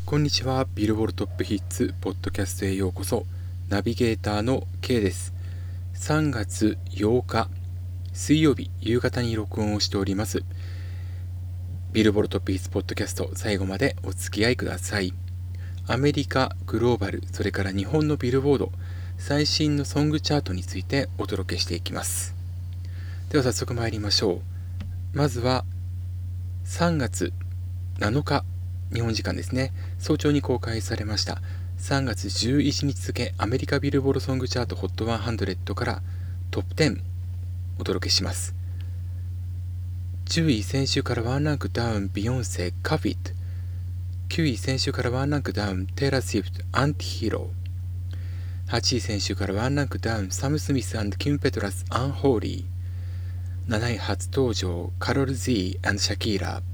こんにちは。ビルボールトップヒッツポッドキャストへようこそ。ナビゲーターの K です。3月8日水曜日夕方に録音をしております。ビルボールトップヒッツポッドキャスト、最後までお付き合いください。アメリカ、グローバル、それから日本のビルボード、最新のソングチャートについてお届けしていきます。では早速参りましょう。まずは3月7日日本時間ですね、早朝に公開されました3月11日付アメリカビルボードソングチャート HOT100 からトップ10お届けします。10位先週からワンランクダウンビヨンセカフィット。9位先週からワンランクダウンテイラー・スウィフトアンティヒーロー。8位先週からワンランクダウンサム・スミス&キム・ペトラスアンホーリー。7位初登場カロル・Z& シャキーラ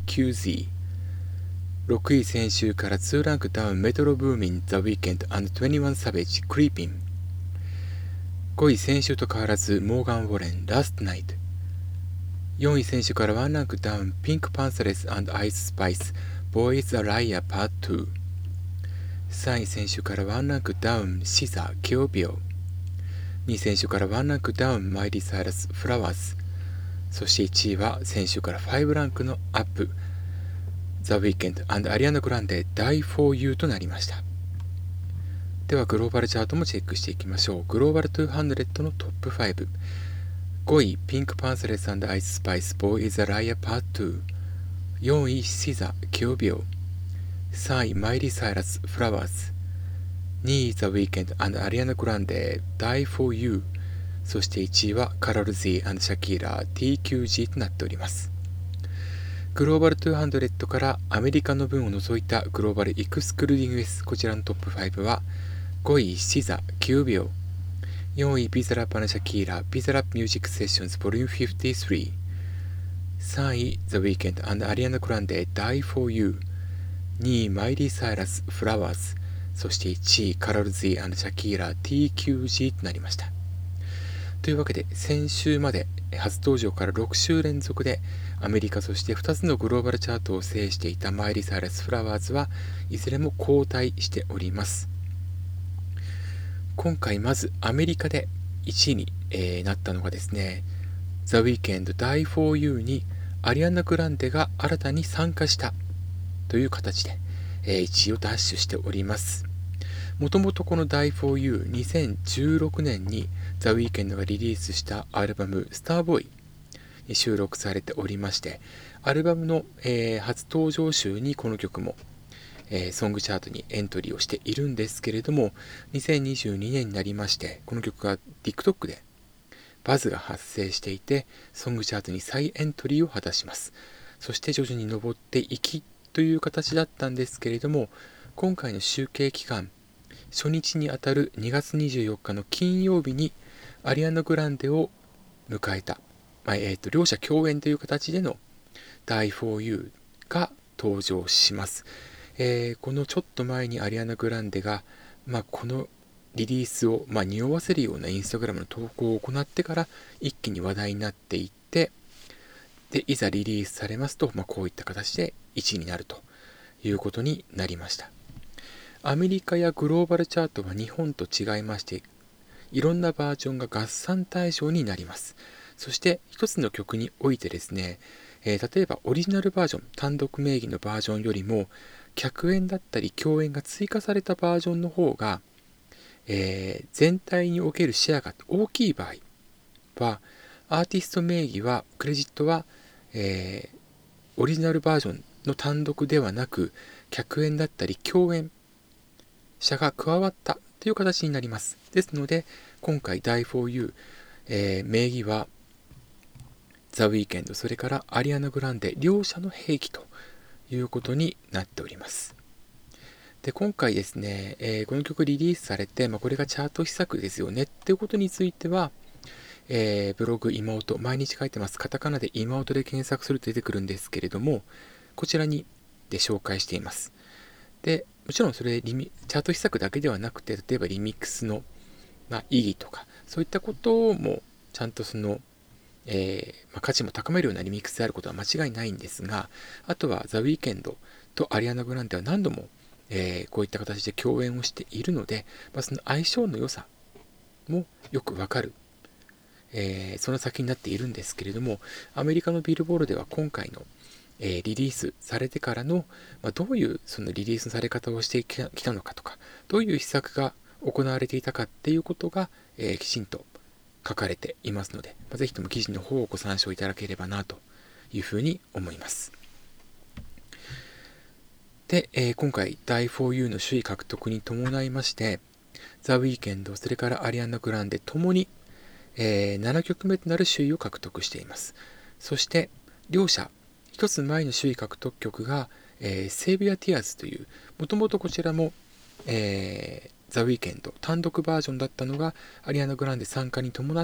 TQZ。6位先週から2ランクダウンメトロブーミン The Weeknd and 21 Savage Creeping。 5位先週と変わらずモーガン・ウォレン Last Night。 4位先週から1ランクダウンピンク・パンサレス&アイス・スパイス Boys a Liar Part 2。 3位先週から1ランクダウンシザ Kill Bill。 2位先週から1ランクダウンマイリー・サイラス Flowers。 そして1位は先週から5ランクのアップThe Weeknd and アリアナ・グランデ Die for You となりました。ではグローバルチャートもチェックしていきましょう。グローバル200のトップ5。5位ピンク・パンサレス&アイス・スパイス Boy is a Liar Part 2。 4位シザ Kill Bill。 3位マイリー・サイラス Flowers。 2位 The Weeknd and アリアナ・グランデ Die for You。 そして1位はカロル Z& シャキーラ TQG となっております。グローバル200からアメリカの分を除いたグローバルエクスクルーディング S、 こちらのトップ5は5位シザ9秒、4位ビザラップ&シャキーラビザラップミュージックセッションズ Vol.53。 3位 The Weeknd& アリアナ・グランデ Die for You。 2位マイリー・サイラス Flowers。 そして1位カロル Z& シャキーラ TQG となりました。というわけで先週まで初登場から6週連続でアメリカそして2つのグローバルチャートを制していたマイリー・サイラス・フラワーズはいずれも後退しております。今回まずアメリカで1位に、なったのがですね The Weeknd Die for You にアリアナ・グランデが新たに参加したという形で、1位をダッシュしております。もともとこの Die for You 2016年に The Weeknd がリリースしたアルバム Starboy に収録されておりまして、アルバムの、初登場集にこの曲も、ソングチャートにエントリーをしているんですけれども、2022年になりましてこの曲が TikTok でバズが発生していてソングチャートに再エントリーを果たします。そして徐々に上っていきという形だったんですけれども、今回の集計期間初日にあたる2月24日の金曜日にアリアナ・グランデを迎えた、両者共演という形での Die for You が登場します。このちょっと前にアリアナ・グランデが、このリリースを、匂わせるようなインスタグラムの投稿を行ってから一気に話題になっていって、でいざリリースされますと、こういった形で1位になるということになりました。アメリカやグローバルチャートは日本と違いまして、いろんなバージョンが合算対象になります。そして一つの曲においてですね、例えばオリジナルバージョン、単独名義のバージョンよりも客演だったり共演が追加されたバージョンの方が、全体におけるシェアが大きい場合は、アーティスト名義はクレジットは、オリジナルバージョンの単独ではなく客演だったり共演者が加わったという形になります。ですので今回 Die for You、名義は The Weeknd それからアリアナ・グランデ両者の併記ということになっております。で今回ですね、この曲リリースされて、これがチャート秘策ですよねっていうことについては、ブログ妹毎日書いてます。カタカナで妹で検索すると出てくるんですけれども、こちらにで紹介しています。でもちろんそれチャート秘策だけではなくて、例えばリミックスの、意義とかそういったこともちゃんとその、価値も高めるようなリミックスであることは間違いないんですが、あとはザ・ウィーケンドとアリアナ・グランデは何度もこういった形で共演をしているので、その相性の良さもよくわかる、その作品になっているんですけれども、アメリカのビルボードでは今回の、リリースされてからの、どういうそのリリースのされ方をしてきたのかとか、どういう施策が行われていたかっていうことが、きちんと書かれていますので、ぜひとも記事の方をご参照いただければなというふうに思います。で、今回第 4U の首位獲得に伴いまして、ザ・ウィーケンド、それからアリアナ・グランデともに、7曲目となる首位を獲得しています。そして両者一つ前の首位獲得曲が、セービア・ティアーズという、もともとこちらも、ザ・ウィーケンド単独バージョンだったのがアリアナ・グランデ参加に伴って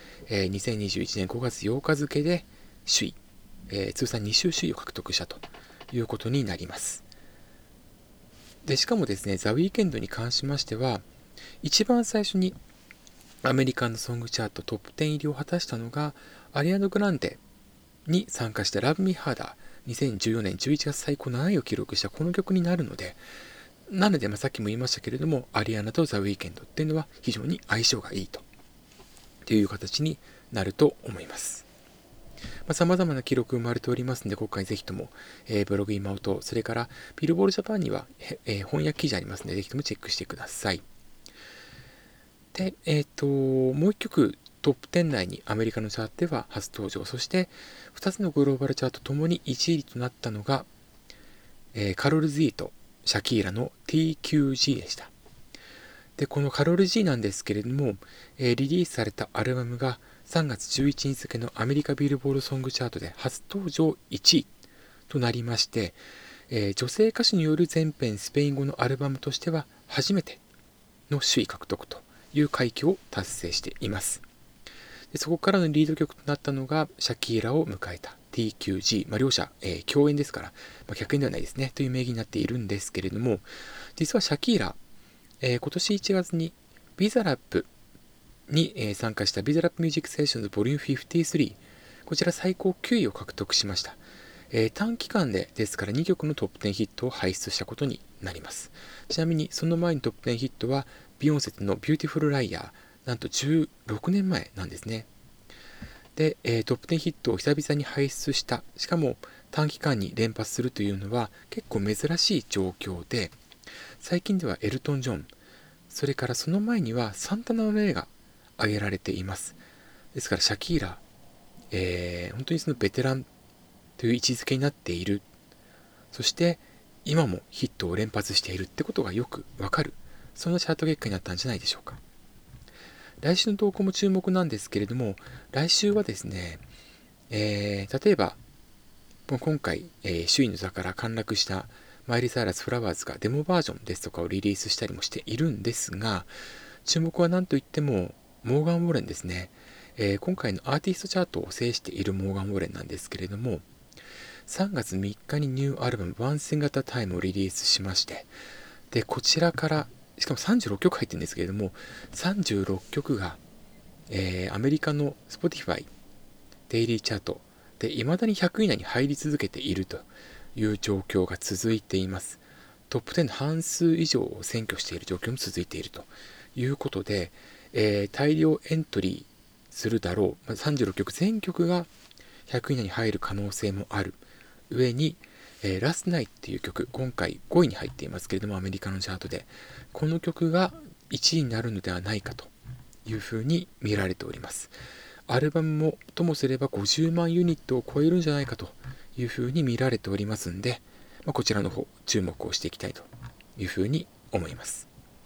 、2021年5月8日付で首位、通算2週首位を獲得したということになります。でしかもですね、ザ・ウィーケンドに関しましては、一番最初にアメリカンのソングチャートトップ10入りを果たしたのがアリアナ・グランデに参加したラブ・ミー・ハーダー、2014年11月最高7位を記録したこの曲になるので、さっきも言いましたけれども、アリアナとザ・ウィーケンドっていうのは非常に相性がいいという形になると思います。様々な記録生まれておりますので、今回ぜひとも、ブログ今音、それからビルボールジャパンには、翻訳記事ありますので、ぜひともチェックしてください。で、もう一曲トップ10内にアメリカのチャートでは初登場、そして2つのグローバルチャートともに1位となったのが、カロル Z とシャキーラの TQG でした。で、このカロル G なんですけれども、リリースされたアルバムが3月11日付のアメリカビルボールソングチャートで初登場1位となりまして、女性歌手による全編スペイン語のアルバムとしては初めての首位獲得という快挙を達成しています。でそこからのリード曲となったのがシャキーラを迎えた TQG、両者、共演ですから、100円ではないですねという名義になっているんですけれども、実はシャキーラ、今年1月にビザラップに、参加したビザラップミュージックセッションズボリューム53、こちら最高9位を獲得しました。短期間でですから2曲のトップ10ヒットを輩出したことになります。ちなみにその前のトップ10ヒットはビヨンセのビューティフルライヤー、なんと16年前なんですね。で、トップ10ヒットを久々に輩出した、しかも短期間に連発するというのは結構珍しい状況で、最近ではエルトン・ジョン、それからその前にはサンタナの例が挙げられています。ですからシャキーラ、本当にそのベテランという位置づけになっている、そして今もヒットを連発しているってことがよくわかる、そんなチャート結果になったんじゃないでしょうか。来週の投稿も注目なんですけれども、来週はですね、例えば今回、首位の座から陥落したマイリー・サイラス・フラワーズがデモバージョンですとかをリリースしたりもしているんですが、注目は何といってもモーガン・ウォレンですね。今回のアーティストチャートを制しているモーガン・ウォレンなんですけれども、3月3日にニューアルバム Once in a Time をリリースしまして、でこちらからしかも36曲入ってるんですけれども、36曲が、アメリカの Spotify デイリーチャートで未だに100位以内に入り続けているという状況が続いています。トップ10の半数以上を占拠している状況も続いているということで、大量エントリーするだろう、36曲全曲が100位以内に入る可能性もある上に、ラストナイトっていう曲、今回5位に入っていますけれども、アメリカのチャートでこの曲が1位になるのではないかというふうに見られております。アルバムもともすれば50万ユニットを超えるんじゃないかというふうに見られておりますんで、こちらの方注目をしていきたいというふうに思います。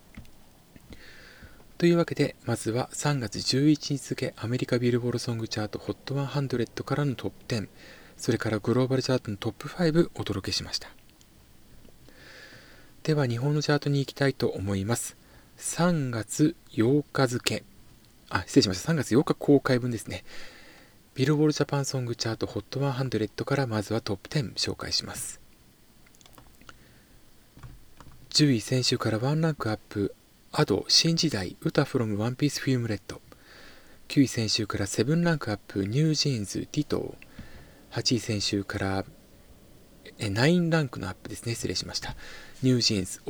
というわけで、まずは3月11日付アメリカビルボードソングチャート HOT100 からのトップ10、それからグローバルチャートのトップ5お届けしました。では日本のチャートに行きたいと思います。3月8日付、失礼しました。3月8日公開分ですね。ビルボールジャパンソングチャート HOT100 からまずはトップ10紹介します。10位、先週から1ランクアップ、Ado 新時代歌 from One Piece Film Red。 9位、先週から7ランクアップ、ニュージーンズディトー。8位、先週から 9ランクのアップですね。失礼しました。ニュージーンズ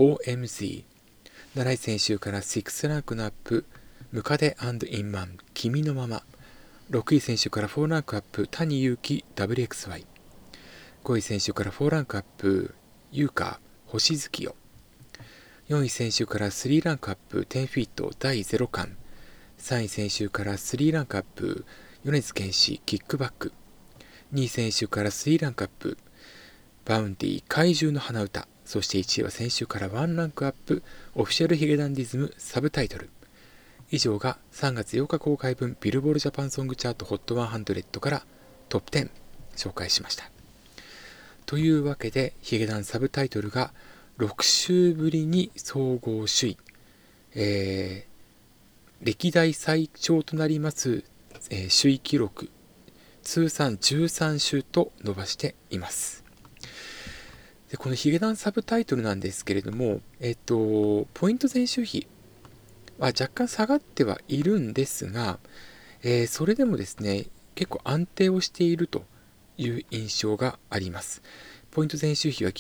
OMZ。7位先週から6ランクのアップ、ムカデ&インマン、君のまま。6位選手から4ランクアップ、谷祐希 WXY。5位選手から4ランクアップ、ユーカー、星月夜。4位選手から3ランクアップ、10フィート第0巻。3位選手から3ランクアップ、米津玄師キックバック。2位選手から3ランクアップ、バウンディ怪獣の花歌。そして1位は先週から1ランクアップ、オフィシャルヒゲダンディズムサブタイトル。以上が3月8日公開分ビルボールジャパンソングチャート HOT100 からトップ10紹介しました。というわけでヒゲダンサブタイトルが6週ぶりに総合首位、歴代最長となります、首位記録通算13週と伸ばしています。でこのヒゲダンサブタイトルなんですけれども、ポイント前週比は若干下がってはいるんですが、それでもですね、結構安定をしているという印象があります。ポイント前週比は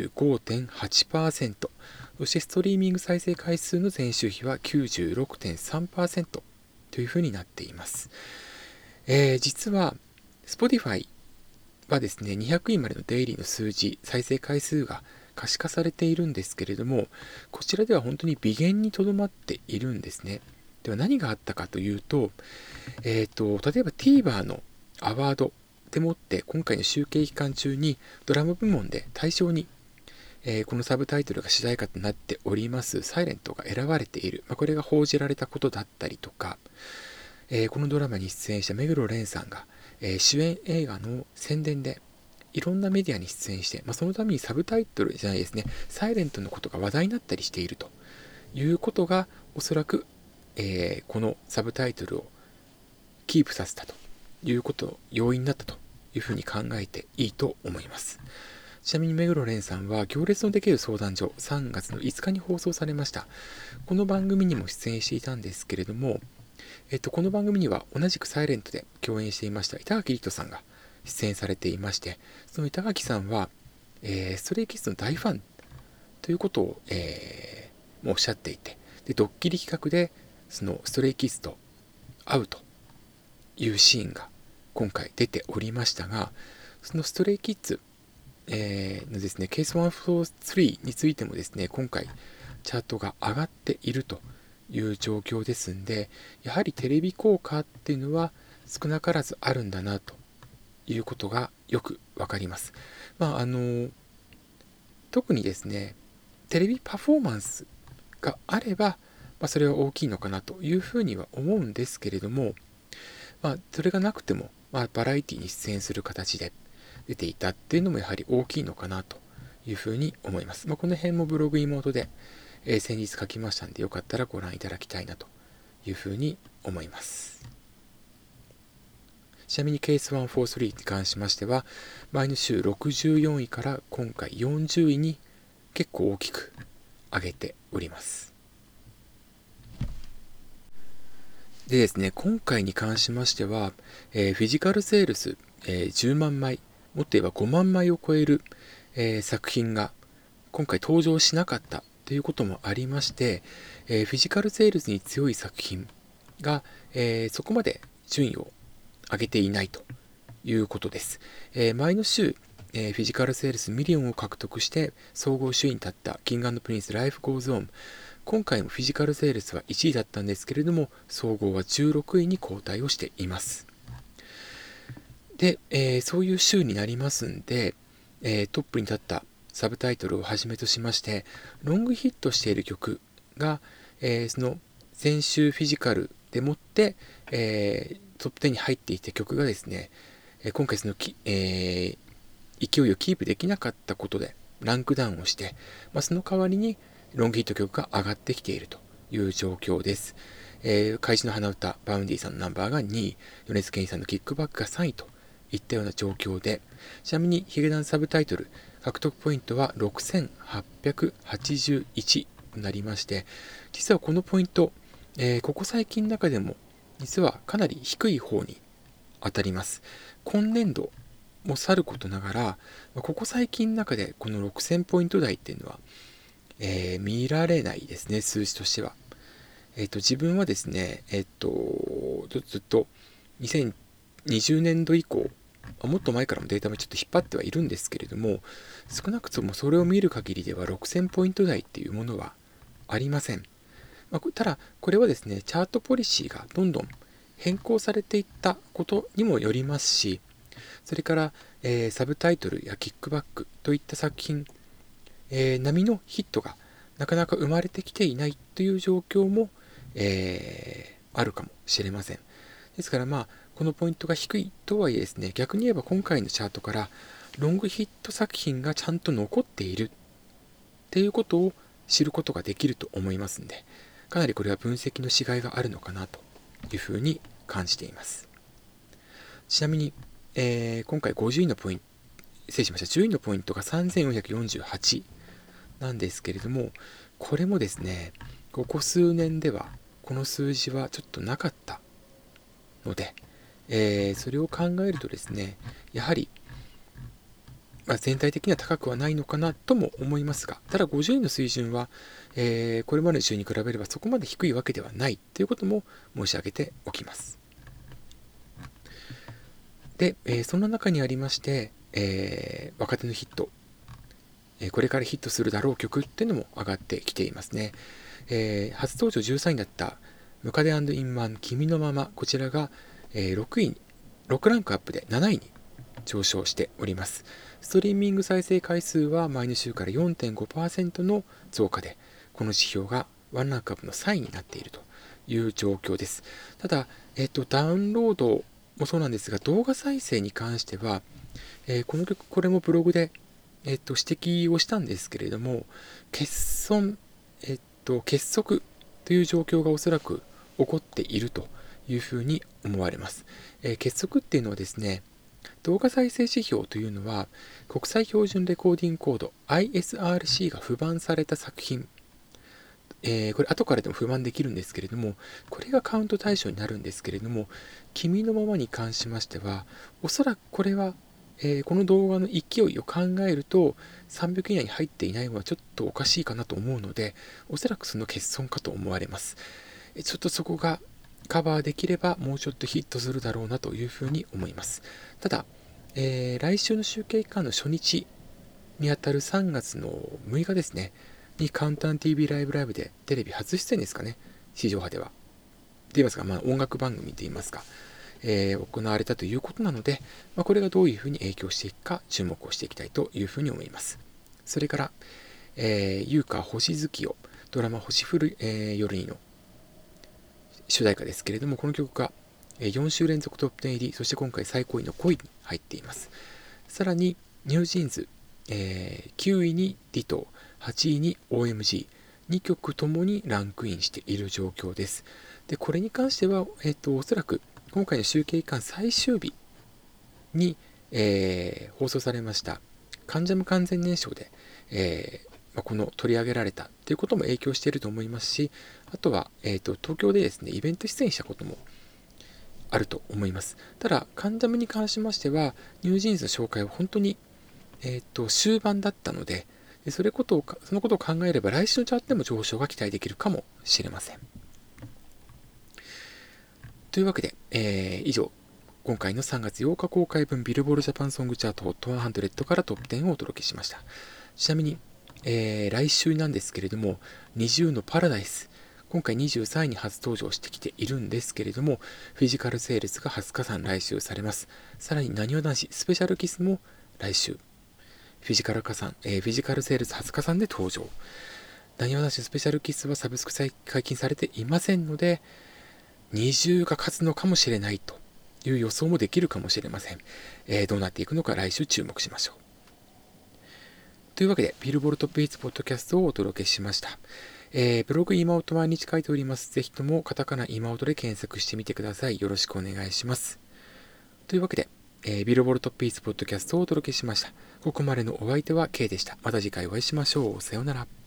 95.8%、そしてストリーミング再生回数の前週比は 96.3% というふうになっています。実は Spotify はですね、200位までのデイリーの数字、再生回数が可視化されているんですけれども、こちらでは本当に微減にとどまっているんですね。では何があったかというと、例えば TVer のアワードでもって今回の集計期間中にドラマ部門で対象に、このサブタイトルが主題歌となっておりますサイレントが選ばれている、これが報じられたことだったりとか、このドラマに出演した目黒蓮さんが、主演映画の宣伝でいろんなメディアに出演して、そのためにサブタイトルじゃないですね、サイレントのことが話題になったりしているということがおそらく、このサブタイトルをキープさせたということの要因になったというふうに考えていいと思います。ちなみに目黒蓮さんは行列のできる相談所3月の5日に放送されました。この番組にも出演していたんですけれども、この番組には同じくサイレントで共演していました板垣李光さんが出演されていまして、その板垣さんは、ストレイキッズの大ファンということを、もうおっしゃっていて、でドッキリ企画でそのストレイキッズと会うというシーンが今回出ておりましたが、そのストレイキッズ、のですね、ケース143についてもですね、今回チャートが上がっているという状況ですんで、やはりテレビ効果っていうのは少なからずあるんだなということがよくわかります。特にですね、テレビパフォーマンスがあれば、それは大きいのかなというふうには思うんですけれども、それがなくても、バラエティに出演する形で出ていたっていうのもやはり大きいのかなというふうに思います。この辺もブログ妹で、先日書きましたんで、よかったらご覧いただきたいなというふうに思います。ちなみにケース143に関しましては、前の週64位から今回40位に結構大きく上げております。でですね、今回に関しましては、フィジカルセールス、10万枚、もっと言えば5万枚を超える、作品が今回登場しなかったということもありまして、フィジカルセールスに強い作品が、そこまで順位を上げていないということです。前の週、フィジカルセールスミリオンを獲得して総合首位に立ったKing&Prince Life Goes On。今回もフィジカルセールスは1位だったんですけれども、総合は16位に後退をしています。で、そういう週になりますんで、トップに立ったサブタイトルをはじめとしまして、ロングヒットしている曲が、その先週フィジカルでもって、トップ10に入っていた曲がですね、今回その勢いをキープできなかったことでランクダウンをして、その代わりにロングヒット曲が上がってきているという状況です。怪獣の花歌、バウンディさんのナンバーが2位、米津玄師さんのキックバックが3位といったような状況で、ちなみにヒゲダンサブタイトル獲得ポイントは6881となりまして、実はこのポイント、ここ最近の中でも実はかなり低い方に当たります。今年度もさることながら、ここ最近の中でこの6000ポイント台っていうのは、見られないですね、数字としては。自分はですね、ずっと2020年度以降、もっと前からもデータもちょっと引っ張ってはいるんですけれども、少なくともそれを見る限りでは6000ポイント台っていうものはありません。ただ、これはですね、チャートポリシーがどんどん変更されていったことにもよりますし、それから、サブタイトルやキックバックといった作品、並みのヒットがなかなか生まれてきていないという状況も、あるかもしれません。ですからこのポイントが低いとはいえですね、逆に言えば今回のチャートからロングヒット作品がちゃんと残っているっていうことを知ることができると思いますんで、かなりこれは分析のしがいがあるのかなというふうに感じています。ちなみに、今回50位のポイント、失礼しました、10位のポイントが3448なんですけれども、これもですね、ここ数年ではこの数字はちょっとなかったので、それを考えるとですね、やはり、全体的には高くはないのかなとも思いますが、ただ50位の水準は、これまでの週に比べればそこまで低いわけではないということも申し上げておきます。で、その中にありまして、若手のヒット、これからヒットするだろう曲っていうのも上がってきていますね。初登場13位だったムカデ&インマン君のまま、こちらが、6ランクアップで7位に上昇しております。ストリーミング再生回数は前の週から 4.5% の増加で、この指標が1ランクアップの3位になっているという状況です。ただ、ダウンロードもそうなんですが、動画再生に関しては、この曲、これもブログで、指摘をしたんですけれども、結束という状況がおそらく起こっているというふうに思われます。結束っていうのはですね、動画再生指標というのは、国際標準レコーディングコード ISRC が不番された作品、これ後からでも不番できるんですけれども、これがカウント対象になるんですけれども、君のままに関しましては、おそらくこれは、この動画の勢いを考えると、300以内に入っていないのはちょっとおかしいかなと思うので、おそらくその欠損かと思われます。ちょっとそこがカバーできれば、もうちょっとヒットするだろうなというふうに思います。ただ、来週の集計期間の初日にあたる3月の6日ですね、にカウンター TV ライブライブでテレビ初出演ですかね、地上波では。と言いますか、音楽番組と言いますか、行われたということなので、これがどういうふうに影響していくか注目をしていきたいというふうに思います。それから、優香星月夜、ドラマ星降る、夜にの主題歌ですけれども、この曲が4週連続トップ10入り、そして今回最高位の5位に入っています。さらに、ニュージーンズ、9位にディトー、8位に OMG、2曲ともにランクインしている状況です。で、これに関しては、おそらく今回の集計期間最終日に、放送されました関ジャム完全燃焼で、この取り上げられたということも影響していると思いますし、あとは、東京でですね、イベント出演したこともあると思います。ただ、関ジャムに関しましては、ニュージーンズの紹介は本当に、終盤だったので、そのことを考えれば、来週のチャートでも上昇が期待できるかもしれません。というわけで、以上、今回の3月8日公開分ビルボールジャパンソングチャート HOT100 からトップ10をお届けしました。ちなみに、来週なんですけれども、20のパラダイス、今回23位に初登場してきているんですけれども、フィジカルセールスが20日間来週されます。さらに、なにわ男子スペシャルキスも来週、フィジカルセールス20日間で登場。なにわ男子スペシャルキスはサブスク解禁されていませんので、20が勝つのかもしれないという予想もできるかもしれません。どうなっていくのか来週注目しましょう。というわけで、ビルボールトップヒッツポッドキャストをお届けしました。ブログ今音毎日書いております。ぜひともカタカナ今音で検索してみてください。よろしくお願いします。というわけで、ビルボールトップヒッツポッドキャストをお届けしました。ここまでのお相手は K でした。また次回お会いしましょう。さようなら。